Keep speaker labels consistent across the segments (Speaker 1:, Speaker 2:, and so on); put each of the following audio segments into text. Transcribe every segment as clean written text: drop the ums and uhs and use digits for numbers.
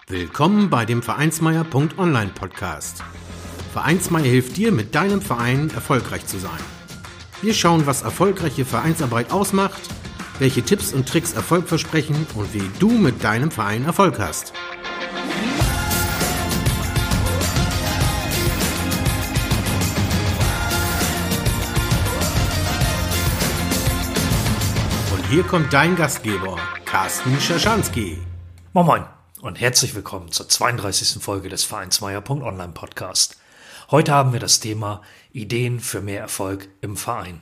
Speaker 1: Willkommen bei dem Vereinsmeier.online Podcast. Vereinsmeier hilft dir, mit deinem Verein erfolgreich zu sein. Wir schauen, was erfolgreiche Vereinsarbeit ausmacht, welche Tipps und Tricks Erfolg versprechen und wie du mit deinem Verein Erfolg hast. Und hier kommt dein Gastgeber, Carsten Schaschanski.
Speaker 2: Moin Moin und herzlich willkommen zur 32. Folge des Vereinsmeier.online Podcast. Heute haben wir das Thema Ideen für mehr Erfolg im Verein.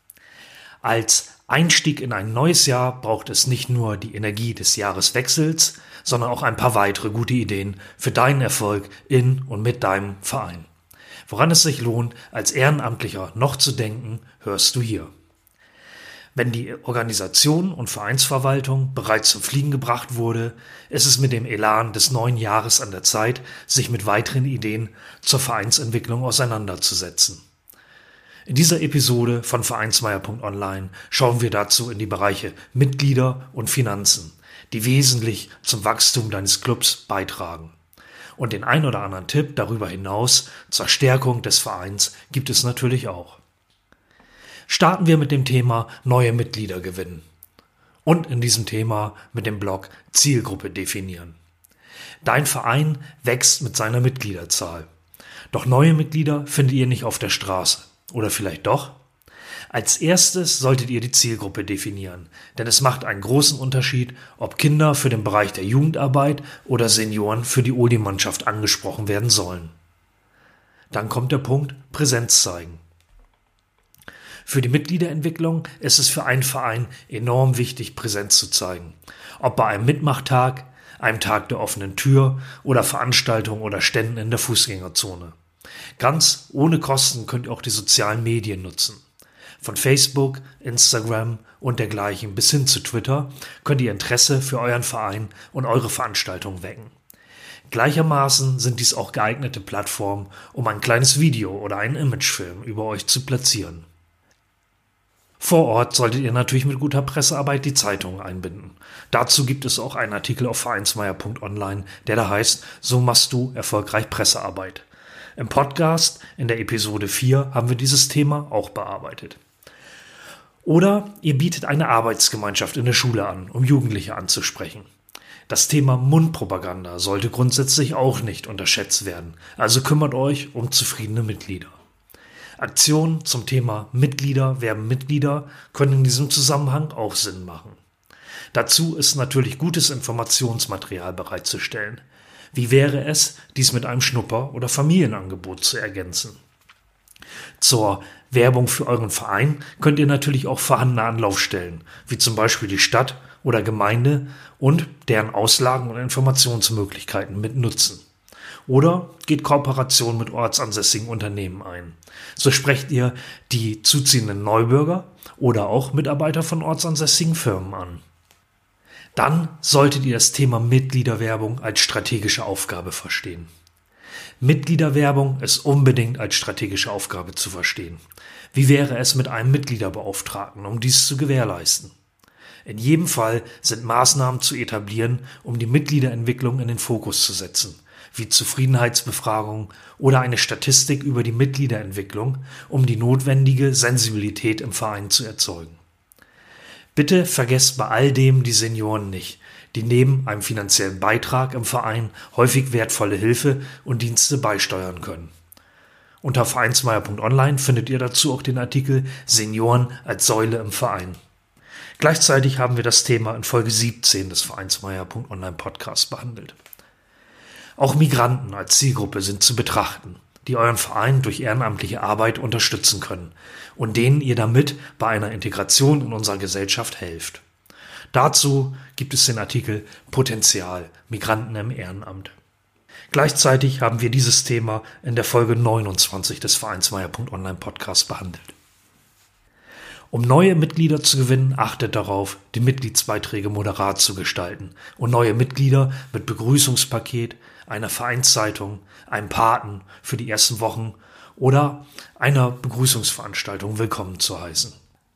Speaker 2: Als Einstieg in ein neues Jahr braucht es nicht nur die Energie des Jahreswechsels, sondern auch ein paar weitere gute Ideen für deinen Erfolg in und mit deinem Verein. Woran es sich lohnt, als Ehrenamtlicher noch zu denken, hörst du hier. Wenn die Organisation und Vereinsverwaltung bereits zum Fliegen gebracht wurde, ist es mit dem Elan des neuen Jahres an der Zeit, sich mit weiteren Ideen zur Vereinsentwicklung auseinanderzusetzen. In dieser Episode von Vereinsmeier.online schauen wir dazu in die Bereiche Mitglieder und Finanzen, die wesentlich zum Wachstum deines Clubs beitragen. Und den ein oder anderen Tipp darüber hinaus zur Stärkung des Vereins gibt es natürlich auch. Starten wir mit dem Thema neue Mitglieder gewinnen. Und in diesem Thema mit dem Blog Zielgruppe definieren. Dein Verein wächst mit seiner Mitgliederzahl. Doch neue Mitglieder findet ihr nicht auf der Straße. Oder vielleicht doch? Als erstes solltet ihr die Zielgruppe definieren, denn es macht einen großen Unterschied, ob Kinder für den Bereich der Jugendarbeit oder Senioren für die Oldie-Mannschaft angesprochen werden sollen. Dann kommt der Punkt Präsenz zeigen. Für die Mitgliederentwicklung ist es für einen Verein enorm wichtig, Präsenz zu zeigen. Ob bei einem Mitmachtag, einem Tag der offenen Tür oder Veranstaltungen oder Ständen in der Fußgängerzone. Ganz ohne Kosten könnt ihr auch die sozialen Medien nutzen. Von Facebook, Instagram und dergleichen bis hin zu Twitter könnt ihr Interesse für euren Verein und eure Veranstaltungen wecken. Gleichermaßen sind dies auch geeignete Plattformen, um ein kleines Video oder einen Imagefilm über euch zu platzieren. Vor Ort solltet ihr natürlich mit guter Pressearbeit die Zeitungen einbinden. Dazu gibt es auch einen Artikel auf vereinsmeier.online, der da heißt, so machst du erfolgreich Pressearbeit. Im Podcast in der Episode 4 haben wir dieses Thema auch bearbeitet. Oder ihr bietet eine Arbeitsgemeinschaft in der Schule an, um Jugendliche anzusprechen. Das Thema Mundpropaganda sollte grundsätzlich auch nicht unterschätzt werden, also kümmert euch um zufriedene Mitglieder. Aktionen zum Thema Mitglieder werben Mitglieder können in diesem Zusammenhang auch Sinn machen. Dazu ist natürlich gutes Informationsmaterial bereitzustellen. Wie wäre es, dies mit einem Schnupper- oder Familienangebot zu ergänzen? Zur Werbung für euren Verein könnt ihr natürlich auch vorhandene Anlaufstellen, wie zum Beispiel die Stadt oder Gemeinde und deren Auslagen und Informationsmöglichkeiten mit nutzen. Oder geht Kooperation mit ortsansässigen Unternehmen ein. So sprecht ihr die zuziehenden Neubürger oder auch Mitarbeiter von ortsansässigen Firmen an. Dann solltet ihr das Thema Mitgliederwerbung als strategische Aufgabe verstehen. Mitgliederwerbung ist unbedingt als strategische Aufgabe zu verstehen. Wie wäre es mit einem Mitgliederbeauftragten, um dies zu gewährleisten? In jedem Fall sind Maßnahmen zu etablieren, um die Mitgliederentwicklung in den Fokus zu setzen, wie Zufriedenheitsbefragungen oder eine Statistik über die Mitgliederentwicklung, um die notwendige Sensibilität im Verein zu erzeugen. Bitte vergesst bei all dem die Senioren nicht, die neben einem finanziellen Beitrag im Verein häufig wertvolle Hilfe und Dienste beisteuern können. Unter vereinsmeier.online findet ihr dazu auch den Artikel Senioren als Säule im Verein. Gleichzeitig haben wir das Thema in Folge 17 des Vereinsmeier.online Podcasts behandelt. Auch Migranten als Zielgruppe sind zu betrachten, die euren Verein durch ehrenamtliche Arbeit unterstützen können und denen ihr damit bei einer Integration in unserer Gesellschaft helft. Dazu gibt es den Artikel Potenzial Migranten im Ehrenamt. Gleichzeitig haben wir dieses Thema in der Folge 29 des Vereinsmeier.online Podcasts behandelt. Um neue Mitglieder zu gewinnen, achtet darauf, die Mitgliedsbeiträge moderat zu gestalten und neue Mitglieder mit Begrüßungspaket, einer Vereinszeitung, einem Paten für die ersten Wochen oder einer Begrüßungsveranstaltung willkommen zu heißen.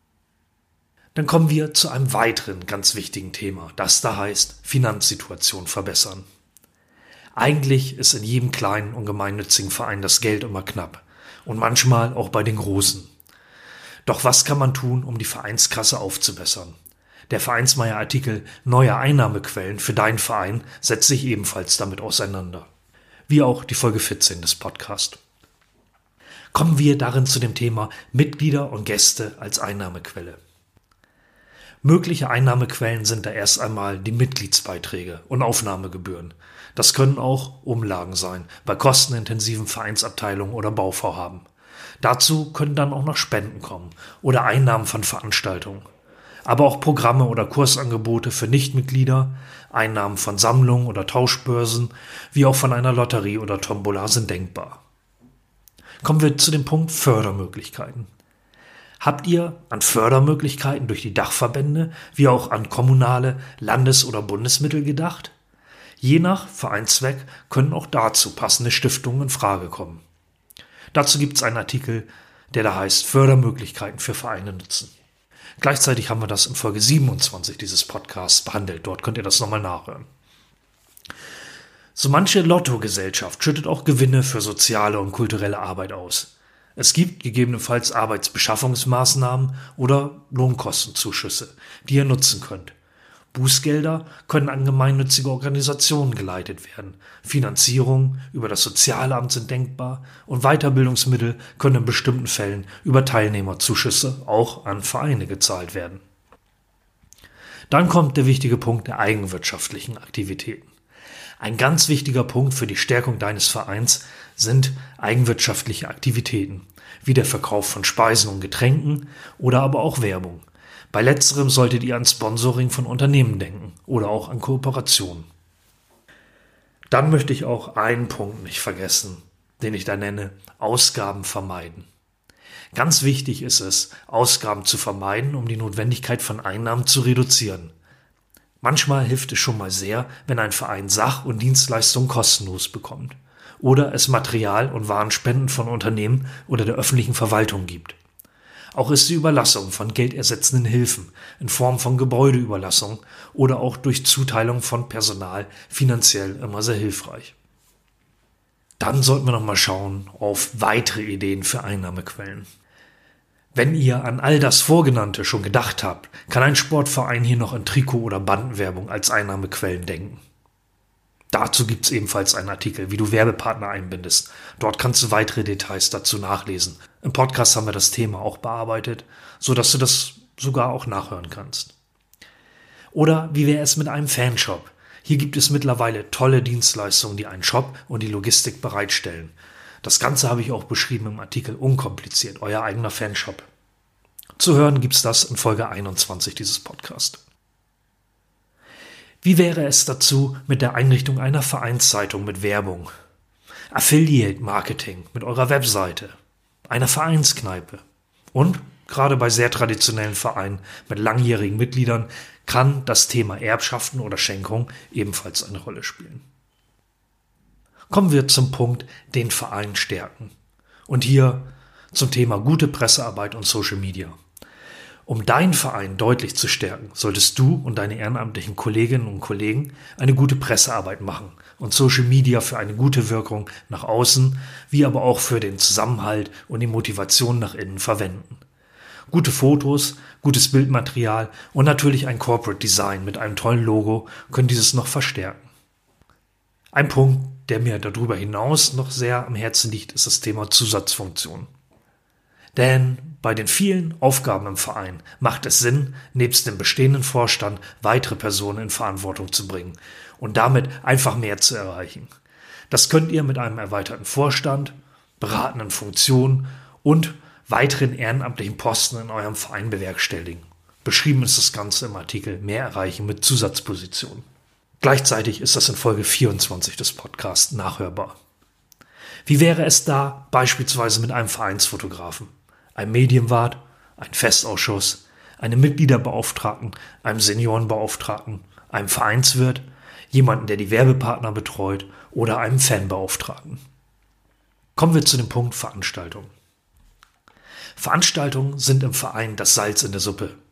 Speaker 2: Dann kommen wir zu einem weiteren ganz wichtigen Thema, das da heißt Finanzsituation verbessern. Eigentlich ist in jedem kleinen und gemeinnützigen Verein das Geld immer knapp und manchmal auch bei den großen. Doch was kann man tun, um die Vereinskasse aufzubessern? Der Vereinsmeier-Artikel Neue Einnahmequellen für deinen Verein setzt sich ebenfalls damit auseinander. Wie auch die Folge 14 des Podcasts. Kommen wir darin zu dem Thema Mitglieder und Gäste als Einnahmequelle. Mögliche Einnahmequellen sind da erst einmal die Mitgliedsbeiträge und Aufnahmegebühren. Das können auch Umlagen sein, bei kostenintensiven Vereinsabteilungen oder Bauvorhaben. Dazu können dann auch noch Spenden kommen oder Einnahmen von Veranstaltungen. Aber auch Programme oder Kursangebote für Nichtmitglieder, Einnahmen von Sammlungen oder Tauschbörsen, wie auch von einer Lotterie oder Tombola sind denkbar. Kommen wir zu dem Punkt Fördermöglichkeiten. Habt ihr an Fördermöglichkeiten durch die Dachverbände, wie auch an kommunale Landes- oder Bundesmittel gedacht? Je nach Vereinszweck können auch dazu passende Stiftungen in Frage kommen. Dazu gibt es einen Artikel, der da heißt Fördermöglichkeiten für Vereine nutzen. Gleichzeitig haben wir das in Folge 27 dieses Podcasts behandelt. Dort könnt ihr das nochmal nachhören. So manche Lottogesellschaft schüttet auch Gewinne für soziale und kulturelle Arbeit aus. Es gibt gegebenenfalls Arbeitsbeschaffungsmaßnahmen oder Lohnkostenzuschüsse, die ihr nutzen könnt. Bußgelder können an gemeinnützige Organisationen geleitet werden. Finanzierung über das Sozialamt sind denkbar und Weiterbildungsmittel können in bestimmten Fällen über Teilnehmerzuschüsse auch an Vereine gezahlt werden. Dann kommt der wichtige Punkt der eigenwirtschaftlichen Aktivitäten. Ein ganz wichtiger Punkt für die Stärkung deines Vereins sind eigenwirtschaftliche Aktivitäten, wie der Verkauf von Speisen und Getränken oder aber auch Werbung. Bei letzterem solltet ihr an Sponsoring von Unternehmen denken oder auch an Kooperationen. Dann möchte ich auch einen Punkt nicht vergessen, den ich da nenne, Ausgaben vermeiden. Ganz wichtig ist es, Ausgaben zu vermeiden, um die Notwendigkeit von Einnahmen zu reduzieren. Manchmal hilft es schon mal sehr, wenn ein Verein Sach- und Dienstleistungen kostenlos bekommt oder es Material- und Warenspenden von Unternehmen oder der öffentlichen Verwaltung gibt. Auch ist die Überlassung von geldersetzenden Hilfen in Form von Gebäudeüberlassung oder auch durch Zuteilung von Personal finanziell immer sehr hilfreich. Dann sollten wir noch mal schauen auf weitere Ideen für Einnahmequellen. Wenn ihr an all das Vorgenannte schon gedacht habt, kann ein Sportverein hier noch an Trikot- oder Bandenwerbung als Einnahmequellen denken. Dazu gibt es ebenfalls einen Artikel, wie du Werbepartner einbindest. Dort kannst du weitere Details dazu nachlesen. Im Podcast haben wir das Thema auch bearbeitet, sodass du das sogar auch nachhören kannst. Oder wie wäre es mit einem Fanshop? Hier gibt es mittlerweile tolle Dienstleistungen, die einen Shop und die Logistik bereitstellen. Das Ganze habe ich auch beschrieben im Artikel Unkompliziert, euer eigener Fanshop. Zu hören gibt es das in Folge 21 dieses Podcasts. Wie wäre es dazu mit der Einrichtung einer Vereinszeitung mit Werbung, Affiliate-Marketing mit eurer Webseite, einer Vereinskneipe und gerade bei sehr traditionellen Vereinen mit langjährigen Mitgliedern kann das Thema Erbschaften oder Schenkung ebenfalls eine Rolle spielen. Kommen wir zum Punkt, den Verein stärken. Und hier zum Thema gute Pressearbeit und Social Media. Um deinen Verein deutlich zu stärken, solltest du und deine ehrenamtlichen Kolleginnen und Kollegen eine gute Pressearbeit machen und Social Media für eine gute Wirkung nach außen, wie aber auch für den Zusammenhalt und die Motivation nach innen verwenden. Gute Fotos, gutes Bildmaterial und natürlich ein Corporate Design mit einem tollen Logo können dieses noch verstärken. Ein Punkt, der mir darüber hinaus noch sehr am Herzen liegt, ist das Thema Zusatzfunktion. Denn bei den vielen Aufgaben im Verein macht es Sinn, nebst dem bestehenden Vorstand weitere Personen in Verantwortung zu bringen und damit einfach mehr zu erreichen. Das könnt ihr mit einem erweiterten Vorstand, beratenden Funktionen und weiteren ehrenamtlichen Posten in eurem Verein bewerkstelligen. Beschrieben ist das Ganze im Artikel Mehr erreichen mit Zusatzpositionen. Gleichzeitig ist das in Folge 24 des Podcasts nachhörbar. Wie wäre es da beispielsweise mit einem Vereinsfotografen, einem Medienwart, einem Festausschuss, einem Mitgliederbeauftragten, einem Seniorenbeauftragten, einem Vereinswirt, jemanden, der die Werbepartner betreut oder einem Fanbeauftragten? Kommen wir zu dem Punkt Veranstaltungen. Veranstaltungen sind im Verein das Salz in der Suppe.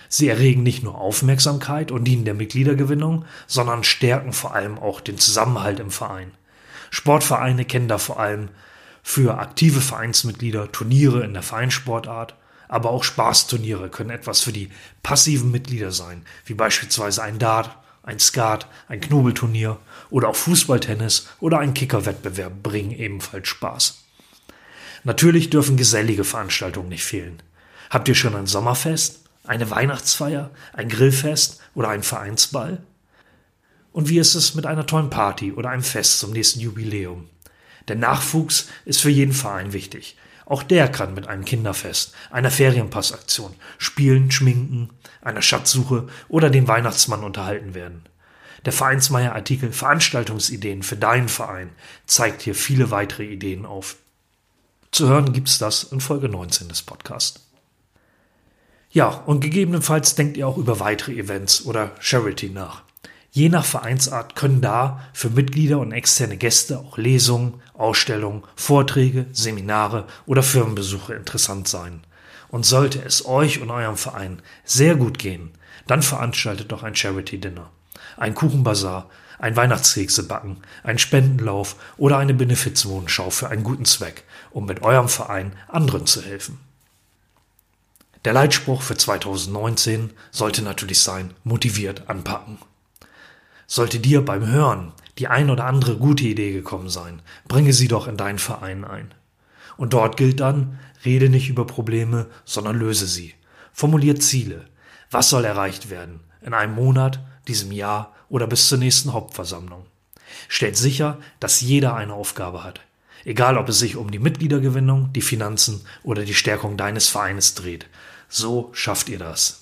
Speaker 2: Sie erregen nicht nur Aufmerksamkeit und dienen der Mitgliedergewinnung, sondern stärken vor allem auch den Zusammenhalt im Verein. Sportvereine kennen da vor allem für aktive Vereinsmitglieder Turniere in der Vereinssportart, aber auch Spaßturniere können etwas für die passiven Mitglieder sein, wie beispielsweise ein Dart, ein Skat, ein Knobelturnier oder auch Fußballtennis oder ein Kickerwettbewerb bringen ebenfalls Spaß. Natürlich dürfen gesellige Veranstaltungen nicht fehlen. Habt ihr schon ein Sommerfest, eine Weihnachtsfeier, ein Grillfest oder einen Vereinsball? Und wie ist es mit einer tollen Party oder einem Fest zum nächsten Jubiläum? Der Nachwuchs ist für jeden Verein wichtig. Auch der kann mit einem Kinderfest, einer Ferienpassaktion, Spielen, Schminken, einer Schatzsuche oder den Weihnachtsmann unterhalten werden. Der Vereinsmeier-Artikel Veranstaltungsideen für deinen Verein zeigt hier viele weitere Ideen auf. Zu hören gibt's das in Folge 19 des Podcasts. Ja, und gegebenenfalls denkt ihr auch über weitere Events oder Charity nach. Je nach Vereinsart können da für Mitglieder und externe Gäste auch Lesungen, Ausstellungen, Vorträge, Seminare oder Firmenbesuche interessant sein. Und sollte es euch und eurem Verein sehr gut gehen, dann veranstaltet doch ein Charity-Dinner, ein Kuchenbazar, ein Weihnachtskeksebacken, ein Spendenlauf oder eine Benefizmondenschau für einen guten Zweck, um mit eurem Verein anderen zu helfen. Der Leitspruch für 2019 sollte natürlich sein, motiviert anpacken. Sollte dir beim Hören die ein oder andere gute Idee gekommen sein, bringe sie doch in deinen Verein ein. Und dort gilt dann, rede nicht über Probleme, sondern löse sie. Formuliert Ziele. Was soll erreicht werden? In einem Monat, diesem Jahr oder bis zur nächsten Hauptversammlung. Stellt sicher, dass jeder eine Aufgabe hat. Egal, ob es sich um die Mitgliedergewinnung, die Finanzen oder die Stärkung deines Vereines dreht. So schafft ihr das.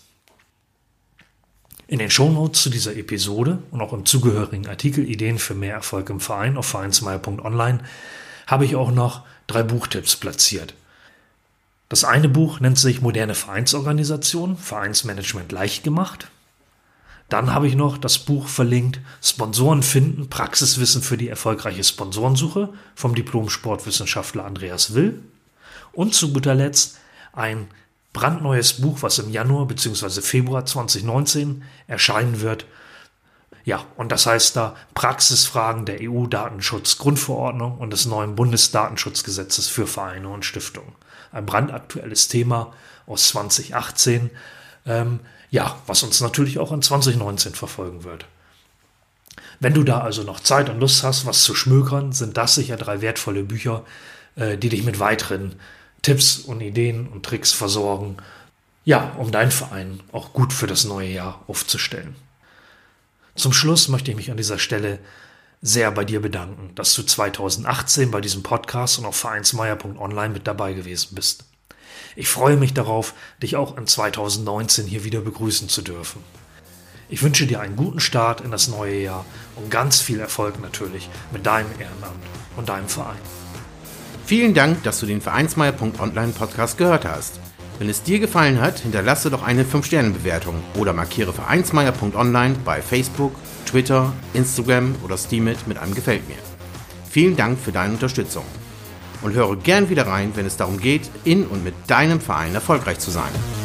Speaker 2: In den Shownotes zu dieser Episode und auch im zugehörigen Artikel Ideen für mehr Erfolg im Verein auf vereinsmeier.online habe ich auch noch 3 Buchtipps platziert. Das eine Buch nennt sich Moderne Vereinsorganisation, Vereinsmanagement leicht gemacht. Dann habe ich noch das Buch verlinkt Sponsoren finden, Praxiswissen für die erfolgreiche Sponsorensuche vom Diplom-Sportwissenschaftler Andreas Will. Und zu guter Letzt ein brandneues Buch, was im Januar bzw. Februar 2019 erscheinen wird. Ja, und das heißt da Praxisfragen der EU-Datenschutz-Grundverordnung und des neuen Bundesdatenschutzgesetzes für Vereine und Stiftungen. Ein brandaktuelles Thema aus 2018, was uns natürlich auch in 2019 verfolgen wird. Wenn du da also noch Zeit und Lust hast, was zu schmökern, sind das sicher 3 wertvolle Bücher, die dich mit weiteren Tipps und Ideen und Tricks versorgen, um deinen Verein auch gut für das neue Jahr aufzustellen. Zum Schluss möchte ich mich an dieser Stelle sehr bei dir bedanken, dass du 2018 bei diesem Podcast und auf vereinsmeier.online mit dabei gewesen bist. Ich freue mich darauf, dich auch in 2019 hier wieder begrüßen zu dürfen. Ich wünsche dir einen guten Start in das neue Jahr und ganz viel Erfolg natürlich mit deinem Ehrenamt und deinem Verein.
Speaker 1: Vielen Dank, dass du den Vereinsmeier.online Podcast gehört hast. Wenn es dir gefallen hat, hinterlasse doch eine 5-Sterne-Bewertung oder markiere Vereinsmeier.online bei Facebook, Twitter, Instagram oder Steemit mit einem Gefällt mir. Vielen Dank für deine Unterstützung. Und höre gern wieder rein, wenn es darum geht, in und mit deinem Verein erfolgreich zu sein.